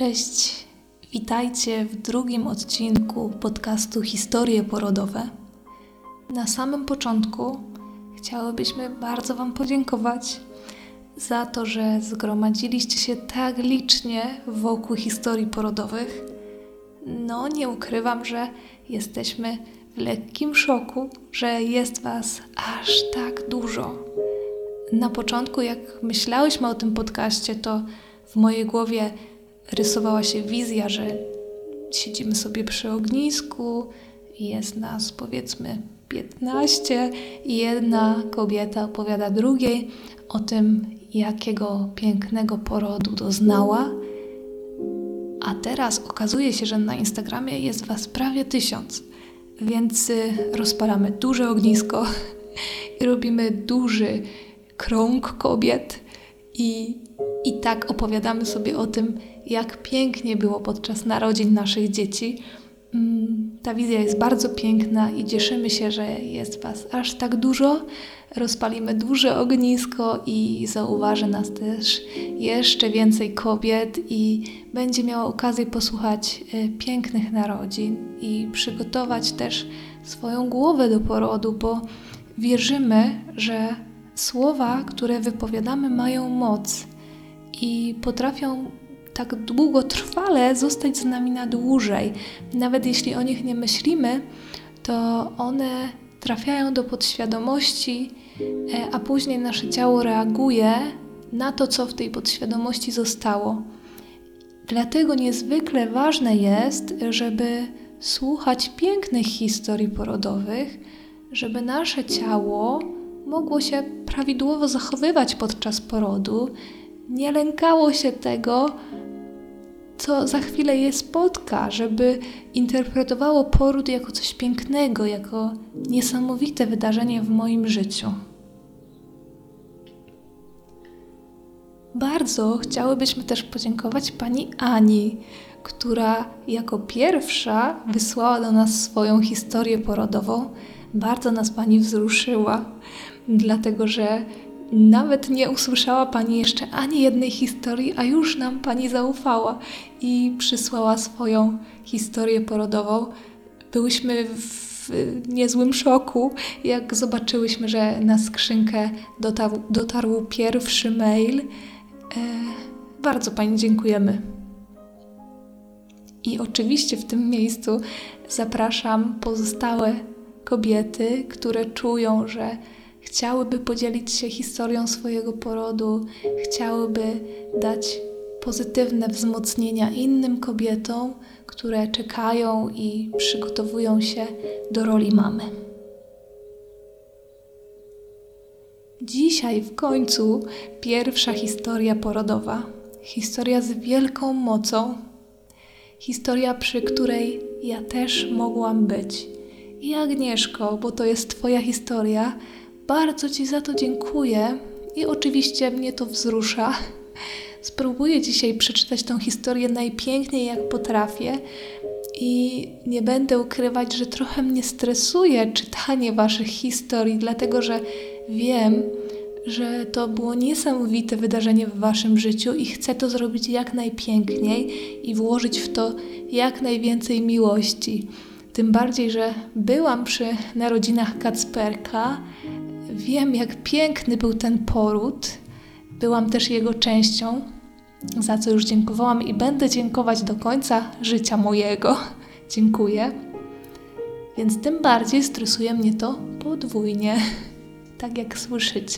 Cześć, witajcie w drugim odcinku podcastu Historie porodowe. Na samym początku chciałybyśmy bardzo Wam podziękować za to, że zgromadziliście się tak licznie wokół historii porodowych. Nie ukrywam, że jesteśmy w lekkim szoku, że jest Was aż tak dużo. Na początku, jak myślałyśmy o tym podcaście, to w mojej głowie rysowała się wizja, że siedzimy sobie przy ognisku i jest nas powiedzmy 15 i jedna kobieta opowiada drugiej o tym, jakiego pięknego porodu doznała. A teraz okazuje się, że na Instagramie jest Was prawie 1000, więc rozpalamy duże ognisko i robimy duży krąg kobiet i tak opowiadamy sobie o tym, jak pięknie było podczas narodzin naszych dzieci. Ta wizja jest bardzo piękna i cieszymy się, że jest Was aż tak dużo. Rozpalimy duże ognisko i zauważy nas też jeszcze więcej kobiet i będzie miała okazję posłuchać pięknych narodzin i przygotować też swoją głowę do porodu, bo wierzymy, że słowa, które wypowiadamy, mają moc i potrafią tak długotrwale zostać z nami na dłużej. Nawet jeśli o nich nie myślimy, to one trafiają do podświadomości, a później nasze ciało reaguje na to, co w tej podświadomości zostało. Dlatego niezwykle ważne jest, żeby słuchać pięknych historii porodowych, żeby nasze ciało mogło się prawidłowo zachowywać podczas porodu, nie lękało się tego, co za chwilę je spotka, żeby interpretowało poród jako coś pięknego, jako niesamowite wydarzenie w moim życiu. Bardzo chciałybyśmy też podziękować pani Ani, która jako pierwsza wysłała do nas swoją historię porodową. Bardzo nas pani wzruszyła, dlatego że nawet nie usłyszała pani jeszcze ani jednej historii, a już nam pani zaufała i przysłała swoją historię porodową. Byłyśmy w niezłym szoku, jak zobaczyłyśmy, że na skrzynkę dotarł pierwszy mail. Bardzo pani dziękujemy. I oczywiście w tym miejscu zapraszam pozostałe kobiety, które czują, że chciałyby podzielić się historią swojego porodu, chciałyby dać pozytywne wzmocnienia innym kobietom, które czekają i przygotowują się do roli mamy. Dzisiaj w końcu pierwsza historia porodowa. Historia z wielką mocą. Historia, przy której ja też mogłam być. I Agnieszko, bo to jest Twoja historia, bardzo Ci za to dziękuję i oczywiście mnie to wzrusza. Spróbuję dzisiaj przeczytać tą historię najpiękniej jak potrafię i nie będę ukrywać, że trochę mnie stresuje czytanie Waszych historii, dlatego że wiem, że to było niesamowite wydarzenie w Waszym życiu i chcę to zrobić jak najpiękniej i włożyć w to jak najwięcej miłości. Tym bardziej, że byłam przy narodzinach Kacperka, wiem, jak piękny był ten poród. Byłam też jego częścią, za co już dziękowałam i będę dziękować do końca życia mojego. Dziękuję. Więc tym bardziej stresuje mnie to podwójnie, tak jak słyszycie.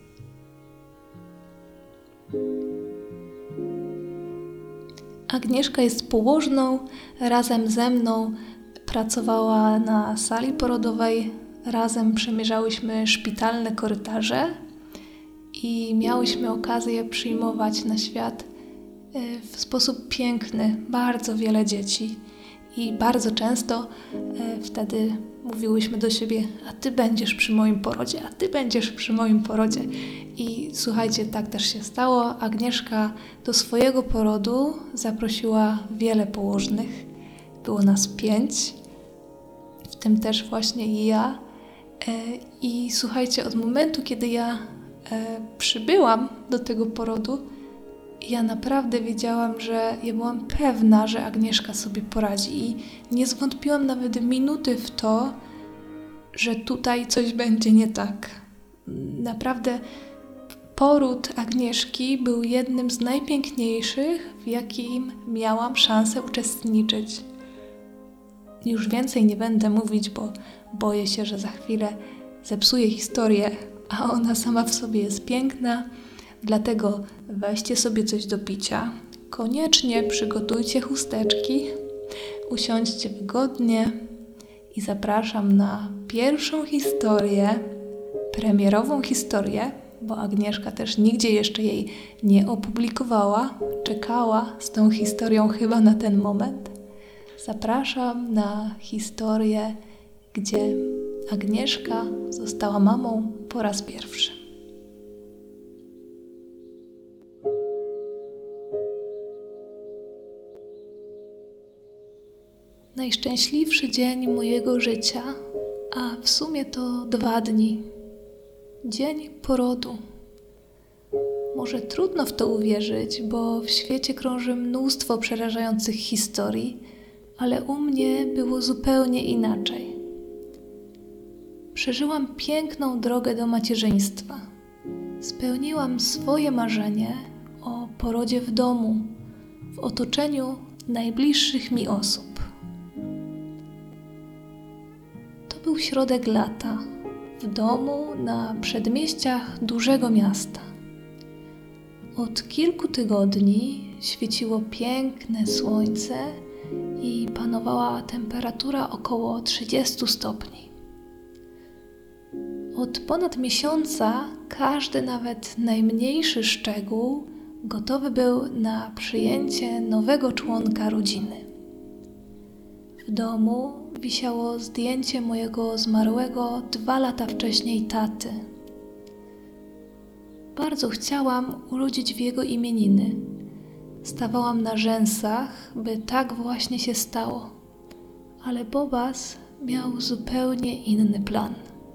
Agnieszka jest położną, razem ze mną pracowała na sali porodowej, razem przemierzałyśmy szpitalne korytarze i miałyśmy okazję przyjmować na świat w sposób piękny bardzo wiele dzieci. I bardzo często wtedy mówiłyśmy do siebie, a Ty będziesz przy moim porodzie, a Ty będziesz przy moim porodzie. I słuchajcie, tak też się stało. Agnieszka do swojego porodu zaprosiła wiele położnych. Było nas 5, w tym też właśnie i ja. I słuchajcie, od momentu, kiedy ja przybyłam do tego porodu, Ja naprawdę wiedziałam, ja byłam pewna, że Agnieszka sobie poradzi i nie zwątpiłam nawet minuty w to, że tutaj coś będzie nie tak. Naprawdę poród Agnieszki był jednym z najpiękniejszych, w jakim miałam szansę uczestniczyć. Już więcej nie będę mówić, bo boję się, że za chwilę zepsuję historię, a ona sama w sobie jest piękna. Dlatego weźcie sobie coś do picia, koniecznie przygotujcie chusteczki, usiądźcie wygodnie i zapraszam na pierwszą historię, premierową historię, bo Agnieszka też nigdzie jeszcze jej nie opublikowała, czekała z tą historią chyba na ten moment. Zapraszam na historię, gdzie Agnieszka została mamą po raz pierwszy. Najszczęśliwszy dzień mojego życia, a w sumie to 2 dni. Dzień porodu. Może trudno w to uwierzyć, bo w świecie krąży mnóstwo przerażających historii, ale u mnie było zupełnie inaczej. Przeżyłam piękną drogę do macierzyństwa. Spełniłam swoje marzenie o porodzie w domu, w otoczeniu najbliższych mi osób. To był środek lata, w domu na przedmieściach dużego miasta. Od kilku tygodni świeciło piękne słońce i panowała temperatura około 30 stopni. Od ponad miesiąca każdy, nawet najmniejszy szczegół gotowy był na przyjęcie nowego członka rodziny. W domu wisiało zdjęcie mojego zmarłego 2 lata wcześniej taty. Bardzo chciałam urodzić w jego imieniny. Stawałam na rzęsach, by tak właśnie się stało. Ale Bobas miał zupełnie inny plan.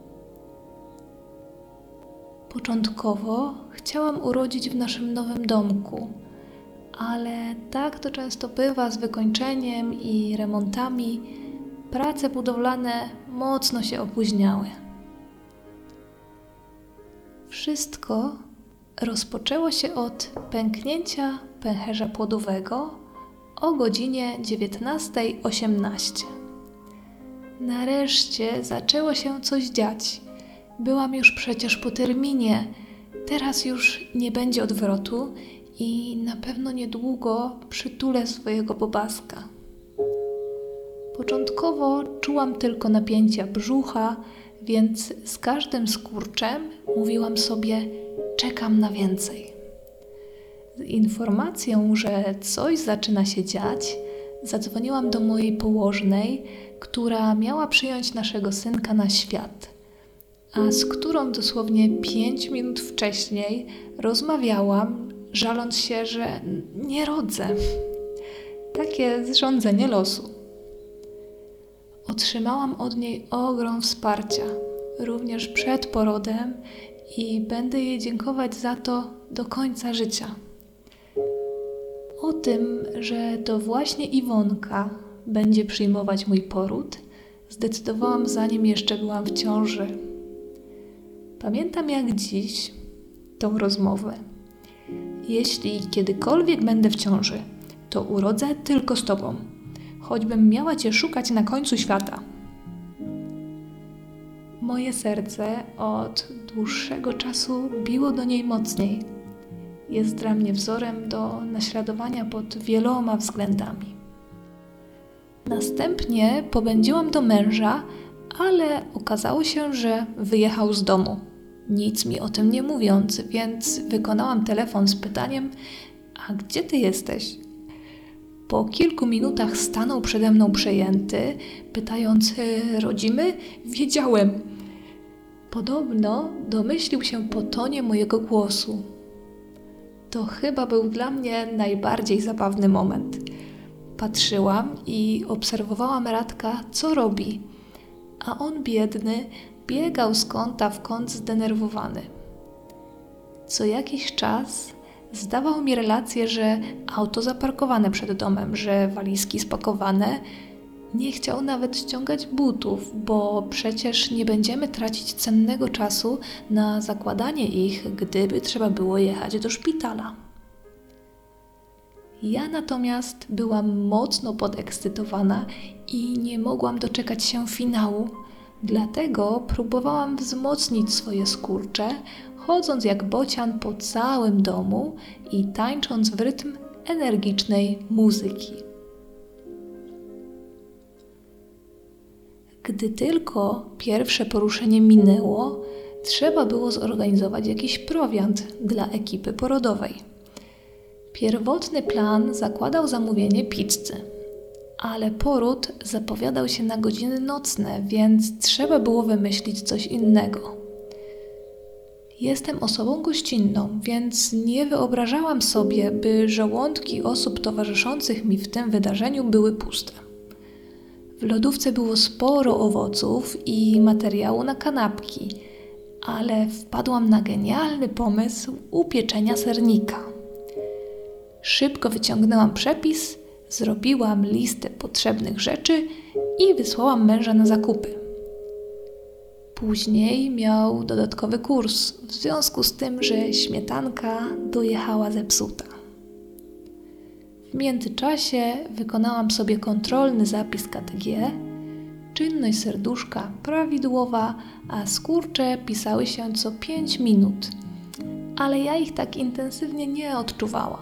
Początkowo chciałam urodzić w naszym nowym domku, ale tak to często bywa z wykończeniem i remontami, prace budowlane mocno się opóźniały. Wszystko rozpoczęło się od pęknięcia pęcherza płodowego o godzinie 19:18. Nareszcie zaczęło się coś dziać. Byłam już przecież po terminie. Teraz już nie będzie odwrotu i na pewno niedługo przytulę swojego Bobaska. Początkowo czułam tylko napięcia brzucha, więc z każdym skurczem mówiłam sobie: czekam na więcej. Z informacją, że coś zaczyna się dziać, zadzwoniłam do mojej położnej, która miała przyjąć naszego synka na świat, a z którą dosłownie 5 minut wcześniej rozmawiałam, żaląc się, że nie rodzę. Takie zrządzenie losu. Otrzymałam od niej ogrom wsparcia, również przed porodem, i będę jej dziękować za to do końca życia. O tym, że to właśnie Iwonka będzie przyjmować mój poród, zdecydowałam, zanim jeszcze byłam w ciąży. Pamiętam jak dziś tą rozmowę. Jeśli kiedykolwiek będę w ciąży, to urodzę tylko z tobą, choćbym miała cię szukać na końcu świata. Moje serce od dłuższego czasu biło do niej mocniej. Jest dla mnie wzorem do naśladowania pod wieloma względami. Następnie pobędziłam do męża, ale okazało się, że wyjechał z domu, nic mi o tym nie mówiąc, więc wykonałam telefon z pytaniem: a gdzie ty jesteś? Po kilku minutach stanął przede mną przejęty, pytając: rodzimy? Wiedziałem. Podobno domyślił się po tonie mojego głosu. To chyba był dla mnie najbardziej zabawny moment. Patrzyłam i obserwowałam Radka, co robi, a on biedny biegał z kąta w kąt zdenerwowany. Co jakiś czas Zdawał mi relację, że auto zaparkowane przed domem, że walizki spakowane. Nie chciał nawet ściągać butów, bo przecież nie będziemy tracić cennego czasu na zakładanie ich, gdyby trzeba było jechać do szpitala. Ja natomiast byłam mocno podekscytowana i nie mogłam doczekać się finału, dlatego próbowałam wzmocnić swoje skurcze, chodząc jak bocian po całym domu i tańcząc w rytm energicznej muzyki. Gdy tylko pierwsze poruszenie minęło, trzeba było zorganizować jakiś prowiant dla ekipy porodowej. Pierwotny plan zakładał zamówienie pizzy, ale poród zapowiadał się na godziny nocne, więc trzeba było wymyślić coś innego. Jestem osobą gościnną, więc nie wyobrażałam sobie, by żołądki osób towarzyszących mi w tym wydarzeniu były puste. W lodówce było sporo owoców i materiału na kanapki, ale wpadłam na genialny pomysł upieczenia sernika. Szybko wyciągnęłam przepis, zrobiłam listę potrzebnych rzeczy i wysłałam męża na zakupy. Później miał dodatkowy kurs, w związku z tym, że śmietanka dojechała zepsuta. W międzyczasie wykonałam sobie kontrolny zapis KTG, czynność serduszka prawidłowa, a skurcze pisały się co 5 minut, ale ja ich tak intensywnie nie odczuwałam.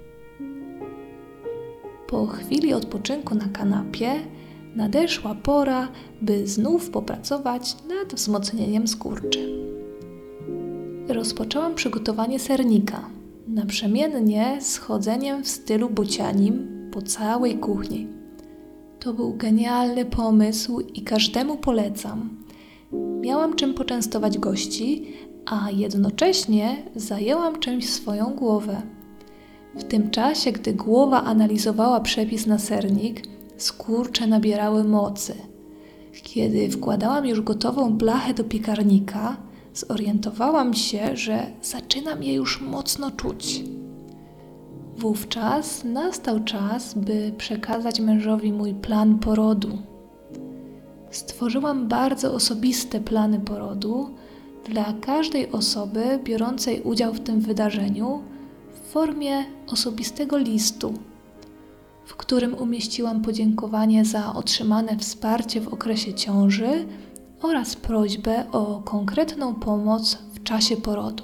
Po chwili odpoczynku na kanapie nadeszła pora, by znów popracować nad wzmocnieniem skurczy. Rozpoczęłam przygotowanie sernika, naprzemiennie z chodzeniem w stylu bocianim po całej kuchni. To był genialny pomysł i każdemu polecam. Miałam czym poczęstować gości, a jednocześnie zajęłam czymś swoją głowę. W tym czasie, gdy głowa analizowała przepis na sernik, skurcze nabierały mocy. Kiedy wkładałam już gotową blachę do piekarnika, zorientowałam się, że zaczynam je już mocno czuć. Wówczas nastał czas, by przekazać mężowi mój plan porodu. Stworzyłam bardzo osobiste plany porodu dla każdej osoby biorącej udział w tym wydarzeniu w formie osobistego listu, w którym umieściłam podziękowanie za otrzymane wsparcie w okresie ciąży oraz prośbę o konkretną pomoc w czasie porodu.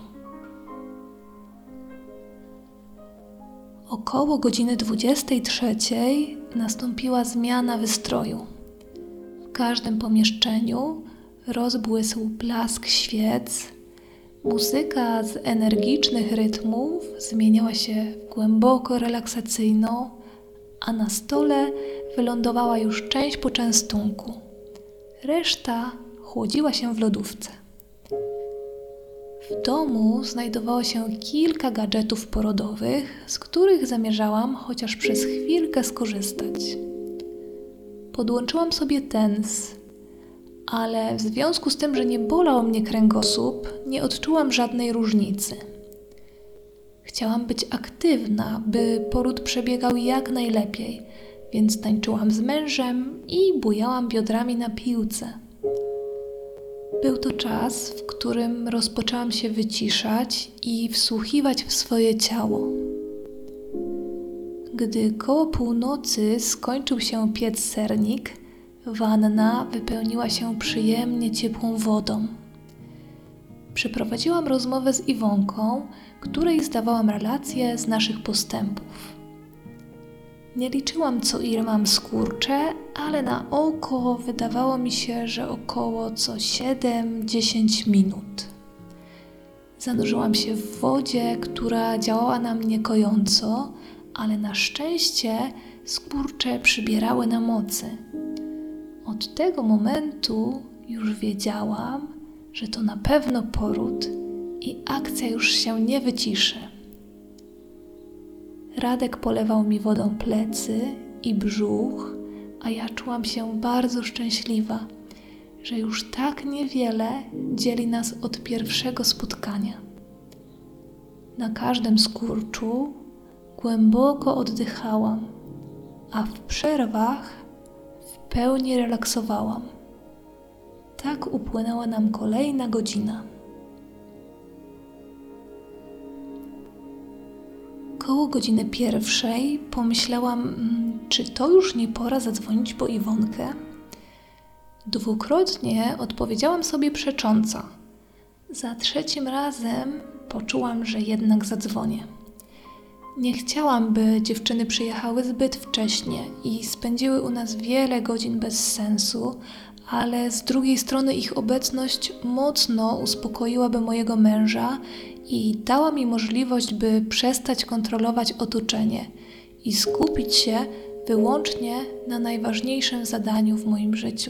Około godziny 23 nastąpiła zmiana wystroju. W każdym pomieszczeniu rozbłysł blask świec, muzyka z energicznych rytmów zmieniała się w głęboko relaksacyjną, a na stole wylądowała już część poczęstunku. Reszta chłodziła się w lodówce. W domu znajdowało się kilka gadżetów porodowych, z których zamierzałam chociaż przez chwilkę skorzystać. Podłączyłam sobie TENS, ale w związku z tym, że nie bolał mnie kręgosłup, nie odczułam żadnej różnicy. Chciałam być aktywna, by poród przebiegał jak najlepiej, więc tańczyłam z mężem i bujałam biodrami na piłce. Był to czas, w którym rozpoczęłam się wyciszać i wsłuchiwać w swoje ciało. Gdy koło północy skończył się piec sernik, wanna wypełniła się przyjemnie ciepłą wodą. Przeprowadziłam rozmowę z Iwonką, której zdawałam relacje z naszych postępów. Nie liczyłam, co ile mam skurcze, ale na oko wydawało mi się, że około co 7-10 minut. Zanurzyłam się w wodzie, która działała na mnie kojąco, ale na szczęście skurcze przybierały na mocy. Od tego momentu już wiedziałam, że to na pewno poród i akcja już się nie wyciszy. Radek polewał mi wodą plecy i brzuch, a ja czułam się bardzo szczęśliwa, że już tak niewiele dzieli nas od pierwszego spotkania. Na każdym skurczu głęboko oddychałam, a w przerwach w pełni relaksowałam. Tak upłynęła nam kolejna godzina. Koło godziny 1 pomyślałam, czy to już nie pora zadzwonić po Iwonkę? Dwukrotnie odpowiedziałam sobie przecząco. Za 3 razem poczułam, że jednak zadzwonię. Nie chciałam, by dziewczyny przyjechały zbyt wcześnie i spędziły u nas wiele godzin bez sensu, ale z drugiej strony ich obecność mocno uspokoiłaby mojego męża i dała mi możliwość, by przestać kontrolować otoczenie i skupić się wyłącznie na najważniejszym zadaniu w moim życiu.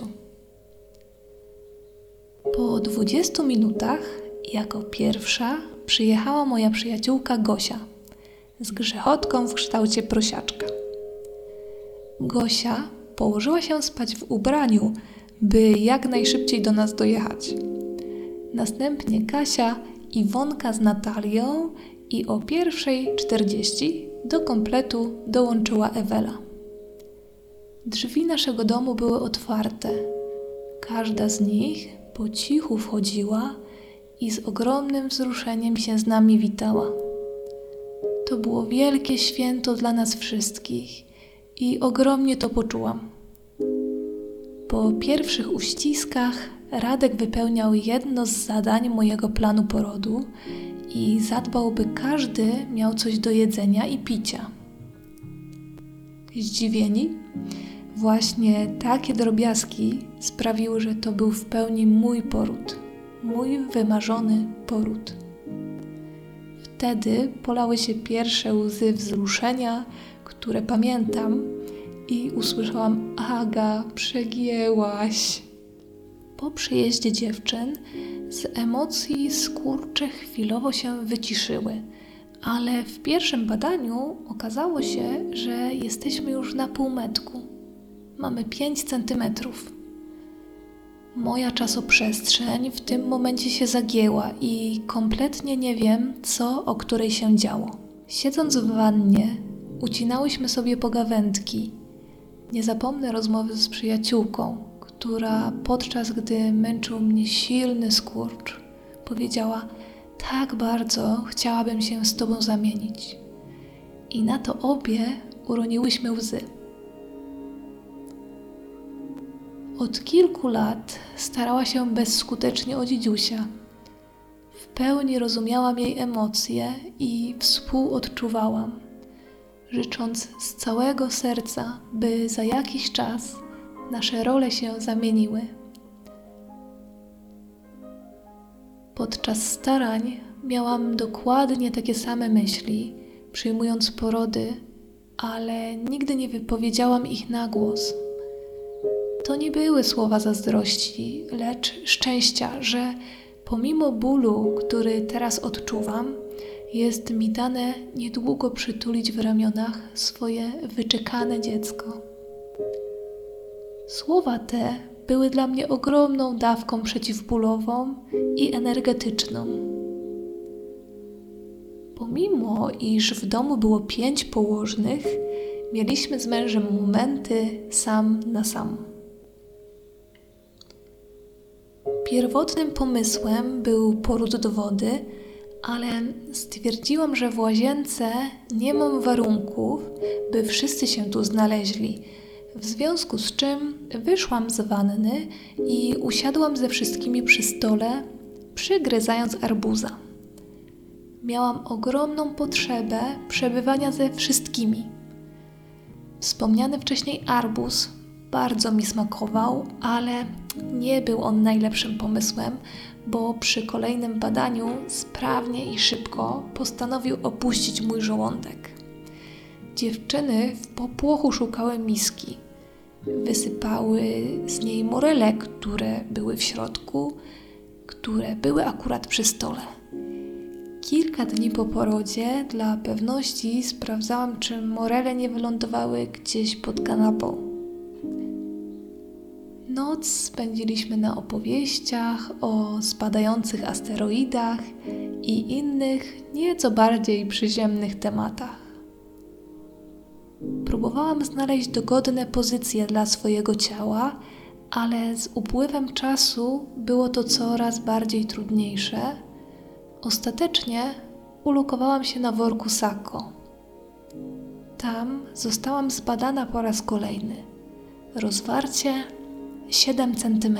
Po 20 minutach jako pierwsza przyjechała moja przyjaciółka Gosia z grzechotką w kształcie prosiaczka. Gosia położyła się spać w ubraniu, by jak najszybciej do nas dojechać. Następnie Kasia, Iwonka z Natalią i o 1:40 do kompletu dołączyła Ewela. Drzwi naszego domu były otwarte. Każda z nich po cichu wchodziła i z ogromnym wzruszeniem się z nami witała. To było wielkie święto dla nas wszystkich i ogromnie to poczułam. Po pierwszych uściskach Radek wypełniał jedno z zadań mojego planu porodu i zadbał, by każdy miał coś do jedzenia i picia. Zdziwieni? Właśnie takie drobiazgi sprawiły, że to był w pełni mój poród, mój wymarzony poród. Wtedy polały się pierwsze łzy wzruszenia, które pamiętam, i usłyszałam: Aga, przegięłaś. Po przyjeździe dziewczyn z emocji skurcze chwilowo się wyciszyły, ale w pierwszym badaniu okazało się, że jesteśmy już na półmetku. Mamy 5 centymetrów. Moja czasoprzestrzeń w tym momencie się zagięła i kompletnie nie wiem, co o której się działo. Siedząc w wannie, ucinałyśmy sobie pogawędki. Nie zapomnę rozmowy z przyjaciółką, która podczas gdy męczył mnie silny skurcz, powiedziała: tak bardzo chciałabym się z tobą zamienić. I na to obie uroniłyśmy łzy. Od kilku lat starała się bezskutecznie o dziedziusia. W pełni rozumiałam jej emocje i współodczuwałam, życząc z całego serca, by za jakiś czas nasze role się zamieniły. Podczas starań miałam dokładnie takie same myśli, przyjmując porody, ale nigdy nie wypowiedziałam ich na głos. To nie były słowa zazdrości, lecz szczęścia, że pomimo bólu, który teraz odczuwam, jest mi dane niedługo przytulić w ramionach swoje wyczekane dziecko. Słowa te były dla mnie ogromną dawką przeciwbólową i energetyczną. Pomimo iż w domu było 5 położnych, mieliśmy z mężem momenty sam na sam. Pierwotnym pomysłem był poród do wody, ale stwierdziłam, że w łazience nie mam warunków, by wszyscy się tu znaleźli, w związku z czym wyszłam z wanny i usiadłam ze wszystkimi przy stole, przygryzając arbuza. Miałam ogromną potrzebę przebywania ze wszystkimi. Wspomniany wcześniej arbuz bardzo mi smakował, ale nie był on najlepszym pomysłem, bo przy kolejnym badaniu sprawnie i szybko postanowił opuścić mój żołądek. Dziewczyny w popłochu szukały miski. Wysypały z niej morele, które były w środku, które były akurat przy stole. Kilka dni po porodzie dla pewności sprawdzałam, czy morele nie wylądowały gdzieś pod kanapą. Noc spędziliśmy na opowieściach o spadających asteroidach i innych nieco bardziej przyziemnych tematach. Próbowałam znaleźć dogodne pozycje dla swojego ciała, ale z upływem czasu było to coraz bardziej trudniejsze. Ostatecznie ulokowałam się na worku Sacco. Tam zostałam zbadana po raz kolejny. Rozwarcie 7 cm.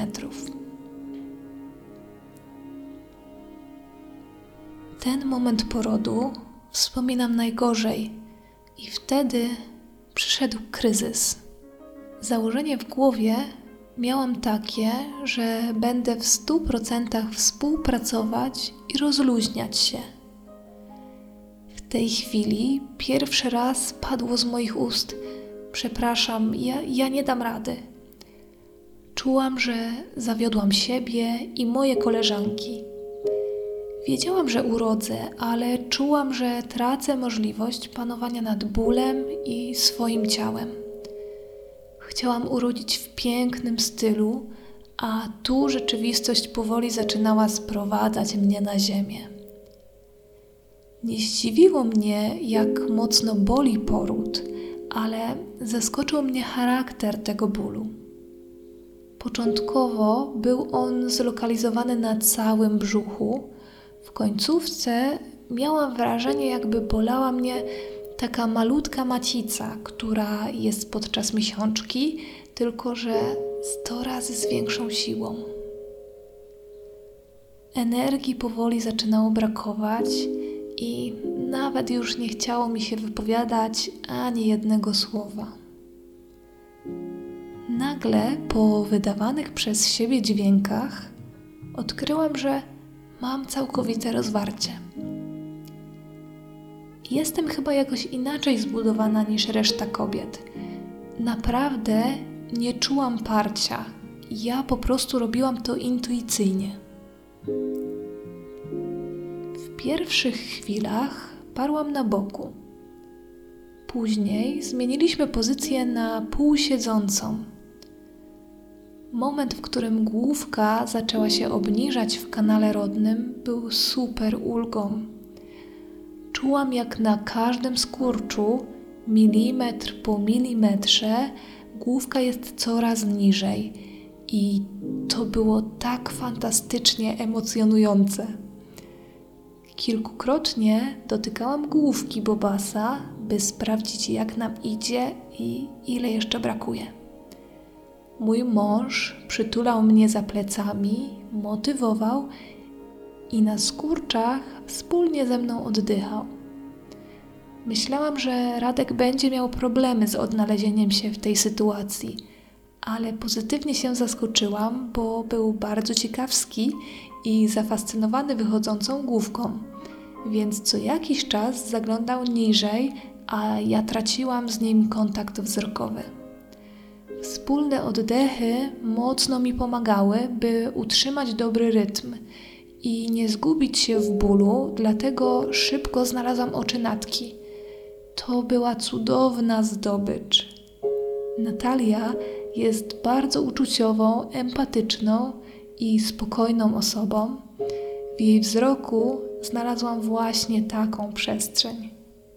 Ten moment porodu wspominam najgorzej i wtedy przyszedł kryzys. Założenie w głowie miałam takie, że będę w 100% współpracować i rozluźniać się. W tej chwili pierwszy raz padło z moich ust: przepraszam, ja nie dam rady. Czułam, że zawiodłam siebie i moje koleżanki. Wiedziałam, że urodzę, ale czułam, że tracę możliwość panowania nad bólem i swoim ciałem. Chciałam urodzić w pięknym stylu, a tu rzeczywistość powoli zaczynała sprowadzać mnie na ziemię. Nie zdziwiło mnie, jak mocno boli poród, ale zaskoczył mnie charakter tego bólu. Początkowo był on zlokalizowany na całym brzuchu. W końcówce miałam wrażenie, jakby bolała mnie taka malutka macica, która jest podczas miesiączki, tylko że 100 razy z większą siłą. Energii powoli zaczynało brakować i nawet już nie chciało mi się wypowiadać ani jednego słowa. Nagle po wydawanych przez siebie dźwiękach odkryłam, że mam całkowite rozwarcie. Jestem chyba jakoś inaczej zbudowana niż reszta kobiet. Naprawdę nie czułam parcia. Ja po prostu robiłam to intuicyjnie. W pierwszych chwilach parłam na boku. Później zmieniliśmy pozycję na półsiedzącą. Moment, w którym główka zaczęła się obniżać w kanale rodnym, był super ulgą. Czułam, jak na każdym skurczu, milimetr po milimetrze, główka jest coraz niżej. I to było tak fantastycznie emocjonujące. Kilkukrotnie dotykałam główki Bobasa, by sprawdzić, jak nam idzie i ile jeszcze brakuje. Mój mąż przytulał mnie za plecami, motywował i na skurczach wspólnie ze mną oddychał. Myślałam, że Radek będzie miał problemy z odnalezieniem się w tej sytuacji, ale pozytywnie się zaskoczyłam, bo był bardzo ciekawski i zafascynowany wychodzącą główką, więc co jakiś czas zaglądał niżej, a ja traciłam z nim kontakt wzrokowy. Wspólne oddechy mocno mi pomagały, by utrzymać dobry rytm i nie zgubić się w bólu, dlatego szybko znalazłam oczy Natki. To była cudowna zdobycz. Natalia jest bardzo uczuciową, empatyczną i spokojną osobą. W jej wzroku znalazłam właśnie taką przestrzeń.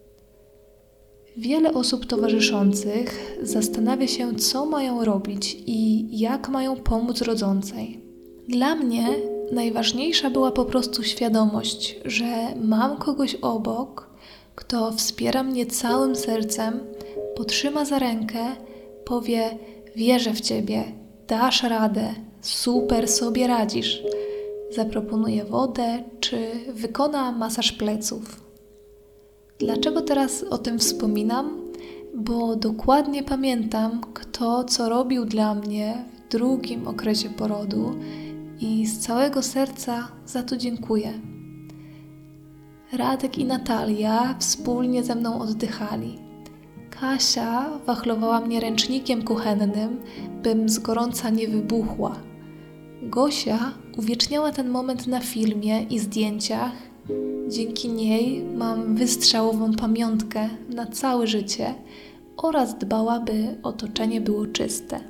Wiele osób towarzyszących zastanawia się, co mają robić i jak mają pomóc rodzącej. Dla mnie najważniejsza była po prostu świadomość, że mam kogoś obok, kto wspiera mnie całym sercem, potrzyma za rękę, powie: wierzę w Ciebie, dasz radę, super sobie radzisz. Zaproponuje wodę czy wykona masaż pleców. Dlaczego teraz o tym wspominam? Bo dokładnie pamiętam, kto co robił dla mnie w drugim okresie porodu i z całego serca za to dziękuję. Radek i Natalia wspólnie ze mną oddychali. Kasia wachlowała mnie ręcznikiem kuchennym, bym z gorąca nie wybuchła. Gosia uwieczniała ten moment na filmie i zdjęciach. Dzięki niej mam wystrzałową pamiątkę na całe życie oraz dbała, by otoczenie było czyste.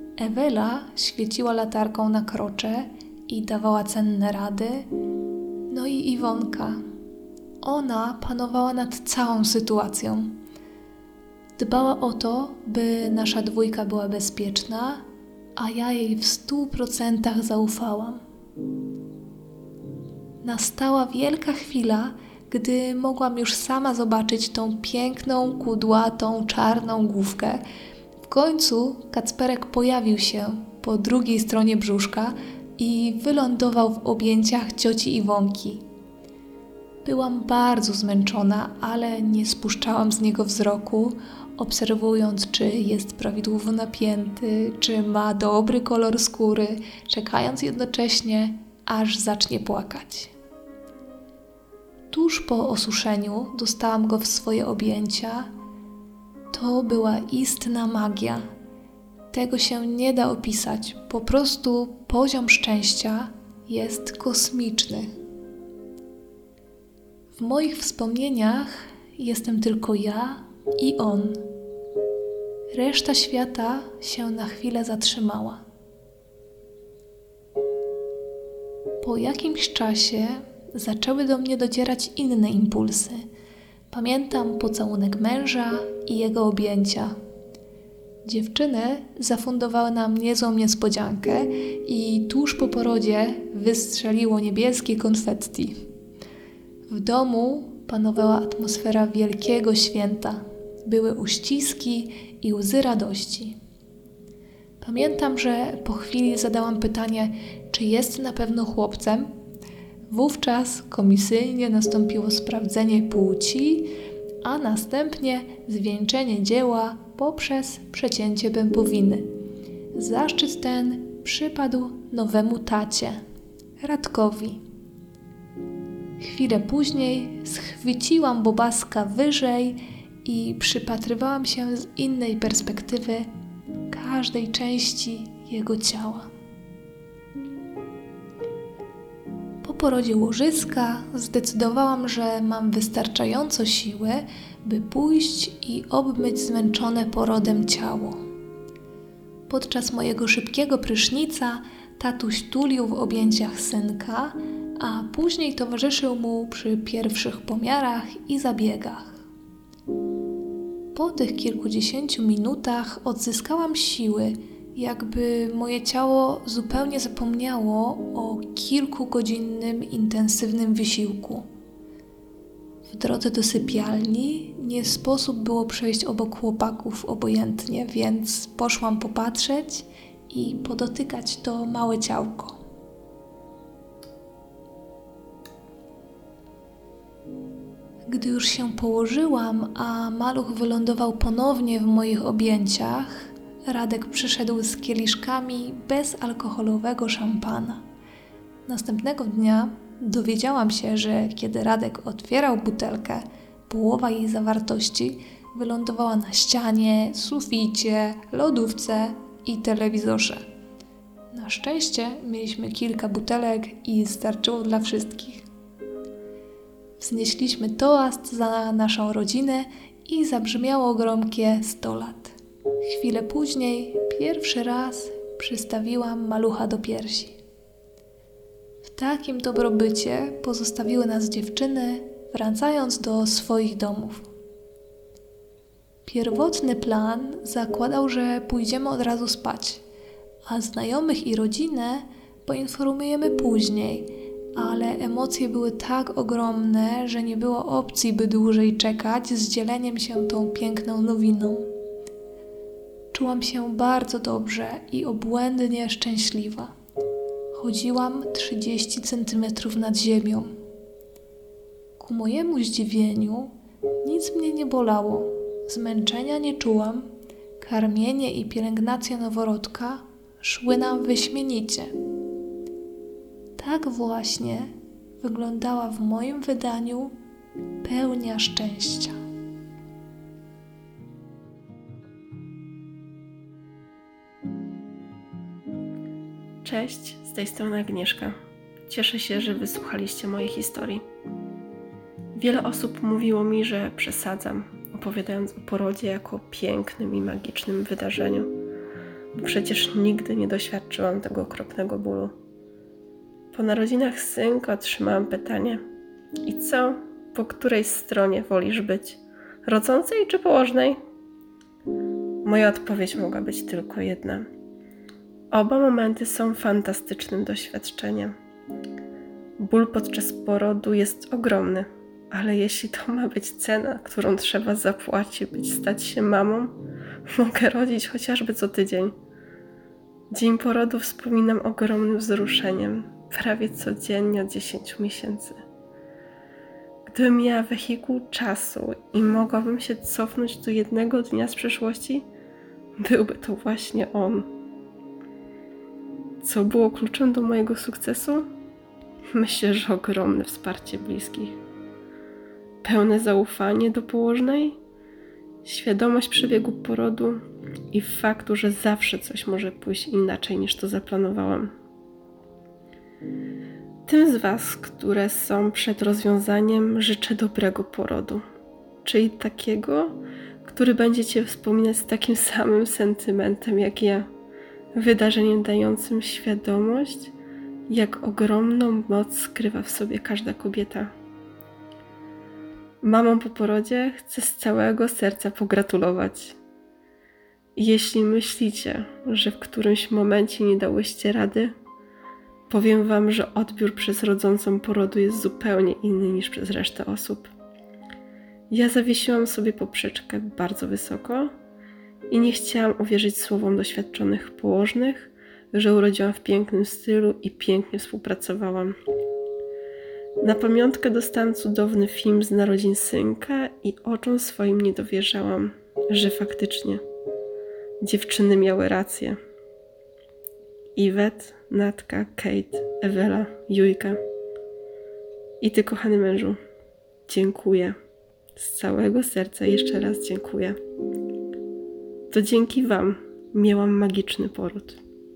Ewela świeciła latarką na krocze i dawała cenne rady. No i Iwonka. Ona panowała nad całą sytuacją. Dbała o to, by nasza dwójka była bezpieczna, a ja jej w 100% zaufałam. Nastała wielka chwila, gdy mogłam już sama zobaczyć tą piękną, kudłatą, czarną główkę. W końcu Kacperek pojawił się po drugiej stronie brzuszka i wylądował w objęciach cioci Iwonki. Byłam bardzo zmęczona, ale nie spuszczałam z niego wzroku, obserwując, czy jest prawidłowo napięty, czy ma dobry kolor skóry, czekając jednocześnie, aż zacznie płakać. Tuż po osuszeniu dostałam go w swoje objęcia. To była istna magia. Tego się nie da opisać. Po prostu poziom szczęścia jest kosmiczny. W moich wspomnieniach jestem tylko ja i on. Reszta świata się na chwilę zatrzymała. Po jakimś czasie zaczęły do mnie docierać inne impulsy. Pamiętam pocałunek męża i jego objęcia. Dziewczyny zafundowały nam niezłą niespodziankę i tuż po porodzie wystrzeliło niebieskie konfetti. W domu panowała atmosfera wielkiego święta. Były uściski i łzy radości. Pamiętam, że po chwili zadałam pytanie, czy jest na pewno chłopcem. Wówczas komisyjnie nastąpiło sprawdzenie płci, a następnie zwieńczenie dzieła poprzez przecięcie bębowiny. Zaszczyt ten przypadł nowemu tacie, Radkowi. Chwilę później schwyciłam Bobaska wyżej i przypatrywałam się z innej perspektywy każdej części jego ciała. Po porodzie łożyska zdecydowałam, że mam wystarczająco siły, by pójść i obmyć zmęczone porodem ciało. Podczas mojego szybkiego prysznica tatuś tulił w objęciach synka, a później towarzyszył mu przy pierwszych pomiarach i zabiegach. Po tych kilkudziesięciu minutach odzyskałam siły, jakby moje ciało zupełnie zapomniało o kilkugodzinnym intensywnym wysiłku. W drodze do sypialni nie sposób było przejść obok chłopaków obojętnie, więc poszłam popatrzeć i podotykać to małe ciałko. Gdy już się położyłam, a maluch wylądował ponownie w moich objęciach, Radek przyszedł z kieliszkami bezalkoholowego szampana. Następnego dnia dowiedziałam się, że kiedy Radek otwierał butelkę, połowa jej zawartości wylądowała na ścianie, suficie, lodówce i telewizorze. Na szczęście mieliśmy kilka butelek i starczyło dla wszystkich. Wznieśliśmy toast za naszą rodzinę i zabrzmiało gromkie 100 lat. Chwilę później pierwszy raz przystawiłam malucha do piersi. W takim dobrobycie pozostawiły nas dziewczyny, wracając do swoich domów. Pierwotny plan zakładał, że pójdziemy od razu spać, a znajomych i rodzinę poinformujemy później, ale emocje były tak ogromne, że nie było opcji, by dłużej czekać z dzieleniem się tą piękną nowiną. Czułam się bardzo dobrze i obłędnie szczęśliwa. Chodziłam 30 centymetrów nad ziemią. Ku mojemu zdziwieniu nic mnie nie bolało, zmęczenia nie czułam, karmienie i pielęgnacja noworodka szły nam wyśmienicie. Tak właśnie wyglądała w moim wydaniu pełnia szczęścia. Cześć, z tej strony Agnieszka. Cieszę się, że wysłuchaliście mojej historii. Wiele osób mówiło mi, że przesadzam, opowiadając o porodzie jako pięknym i magicznym wydarzeniu, bo przecież nigdy nie doświadczyłam tego okropnego bólu. Po narodzinach synka otrzymałam pytanie: i co? Po której stronie wolisz być? Rodzącej czy położnej? Moja odpowiedź mogła być tylko jedna. Oba momenty są fantastycznym doświadczeniem. Ból podczas porodu jest ogromny, ale jeśli to ma być cena, którą trzeba zapłacić, by stać się mamą, mogę rodzić chociażby co tydzień. Dzień porodu wspominam ogromnym wzruszeniem, prawie codziennie od 10 miesięcy. Gdybym miała wehikuł czasu i mogłabym się cofnąć do jednego dnia z przeszłości, byłby to właśnie on. Co było kluczem do mojego sukcesu? Myślę, że ogromne wsparcie bliskich. Pełne zaufanie do położnej, świadomość przebiegu porodu i faktu, że zawsze coś może pójść inaczej niż to zaplanowałam. Tym z Was, które są przed rozwiązaniem, życzę dobrego porodu, czyli takiego, który będziecie wspominać z takim samym sentymentem jak ja, wydarzeniem dającym świadomość, jak ogromną moc skrywa w sobie każda kobieta. Mamom po porodzie chcę z całego serca pogratulować. Jeśli myślicie, że w którymś momencie nie dałyście rady, powiem Wam, że odbiór przez rodzącą porodu jest zupełnie inny niż przez resztę osób. Ja zawiesiłam sobie poprzeczkę bardzo wysoko i nie chciałam uwierzyć słowom doświadczonych położnych, że urodziłam w pięknym stylu i pięknie współpracowałam. Na pamiątkę dostałam cudowny film z narodzin synka i oczom swoim nie dowierzałam, że faktycznie dziewczyny miały rację. Iwet, Natka, Kate, Ewela, Jujka. I Ty, kochany mężu, dziękuję. Z całego serca jeszcze raz dziękuję. To dzięki Wam miałam magiczny poród.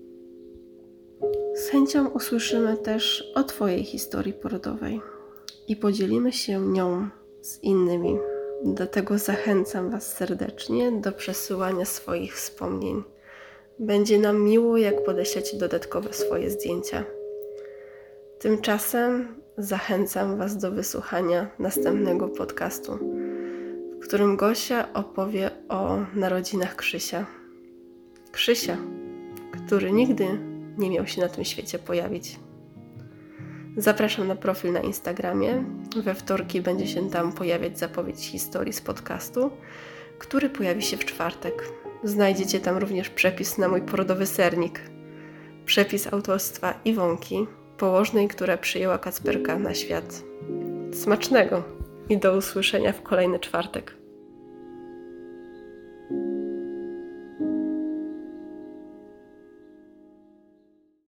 Z chęcią usłyszymy też o Twojej historii porodowej i podzielimy się nią z innymi. Dlatego zachęcam Was serdecznie do przesyłania swoich wspomnień. Będzie nam miło, jak podeślecie dodatkowe swoje zdjęcia. Tymczasem zachęcam Was do wysłuchania następnego podcastu, w którym Gosia opowie o narodzinach Krzysia. Krzysia, który nigdy nie miał się na tym świecie pojawić. Zapraszam na profil na Instagramie. We wtorki będzie się tam pojawiać zapowiedź historii z podcastu, który pojawi się w czwartek. Znajdziecie tam również przepis na mój porodowy sernik. Przepis autorstwa Iwonki, położnej, która przyjęła Kacperka na świat. Smacznego i do usłyszenia w kolejny czwartek.